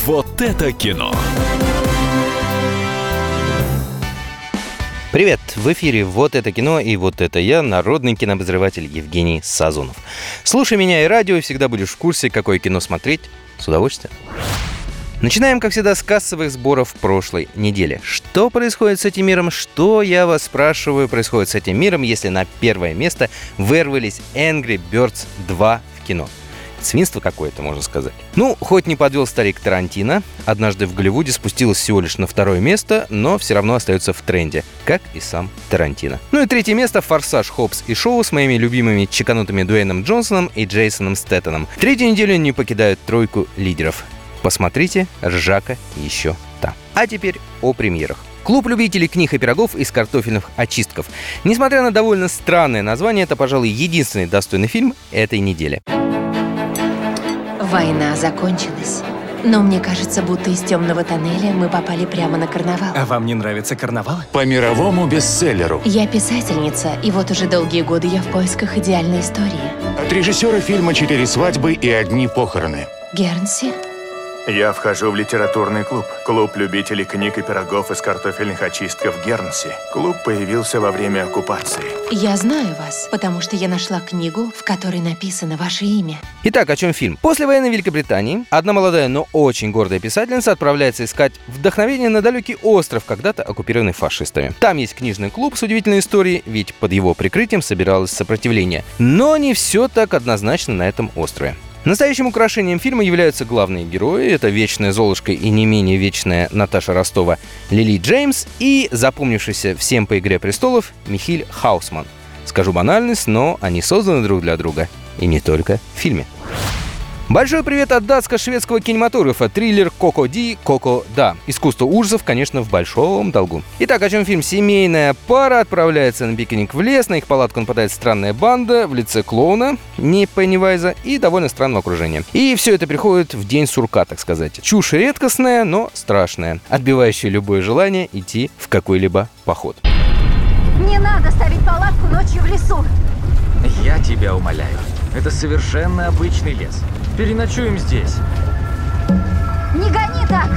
Вот это кино. Привет! В эфире «Вот это кино» и «Вот это я», народный кинообозреватель Евгений Сазонов. Слушай меня и радио, и всегда будешь в курсе, какое кино смотреть с удовольствием. Начинаем, как всегда, с кассовых сборов прошлой недели. Что происходит с этим миром? Что, я вас спрашиваю, происходит с этим миром, если на первое место вырвались Angry Birds 2 в кино? Свинство какое-то, можно сказать. Ну, хоть не подвел старик Тарантино, однажды в Голливуде спустилось всего лишь на второе место, но все равно остается в тренде, как и сам Тарантино. Ну и третье место — «Форсаж, Хоббс и Шоу» с моими любимыми чеканутыми Дуэйном Джонсоном и Джейсоном Стэтэном. Третью неделю не покидают тройку лидеров. Посмотрите, ржака еще там. А теперь о премьерах. Клуб любителей книг и пирогов из картофельных очистков. Несмотря на довольно странное название, это, пожалуй, единственный достойный фильм этой недели. Война закончилась. Но мне кажется, будто из темного тоннеля мы попали прямо на карнавал. А вам не нравятся карнавалы? По мировому бестселлеру. Я писательница, и вот уже долгие годы я в поисках идеальной истории. От режиссера фильма «4 свадьбы и одни похороны». Гернси? Я вхожу в литературный клуб. Клуб любителей книг и пирогов из картофельных очистков Гернси. Клуб появился во время оккупации. Я знаю вас, потому что я нашла книгу, в которой написано ваше имя. Итак, о чем фильм? После войны Великобритании одна молодая, но очень гордая писательница отправляется искать вдохновение на далекий остров, когда-то оккупированный фашистами. Там есть книжный клуб с удивительной историей, ведь под его прикрытием собиралось сопротивление. Но не все так однозначно на этом острове. Настоящим украшением фильма являются главные герои. Это вечная Золушка и не менее вечная Наташа Ростова Лили Джеймс и запомнившийся всем по «Игре престолов» Михиль Хаусман. Скажу банальность, но они созданы друг для друга. И не только в фильме. Большой привет от датско-шведского кинематографа. Триллер «Коко Ди, Коко Да». Искусство ужасов, конечно, в большом долгу. Итак, о чем фильм? Семейная пара отправляется на пикник в лес. На их палатку нападает странная банда в лице клоуна, не Пеннивайза, и довольно странного окружения. И все это приходит в день сурка, так сказать. Чушь редкостная, но страшная, отбивающая любое желание идти в какой-либо поход. Не надо ставить палатку ночью в лесу. Я тебя умоляю. Это совершенно обычный лес. Переночуем здесь. Не гони так!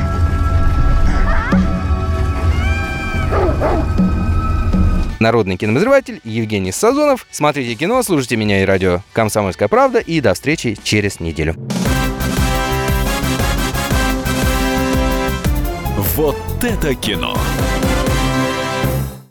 Народный кинообозреватель Евгений Сазонов. Смотрите кино, слушайте меня и радио «Комсомольская правда». И до встречи через неделю. Вот это кино.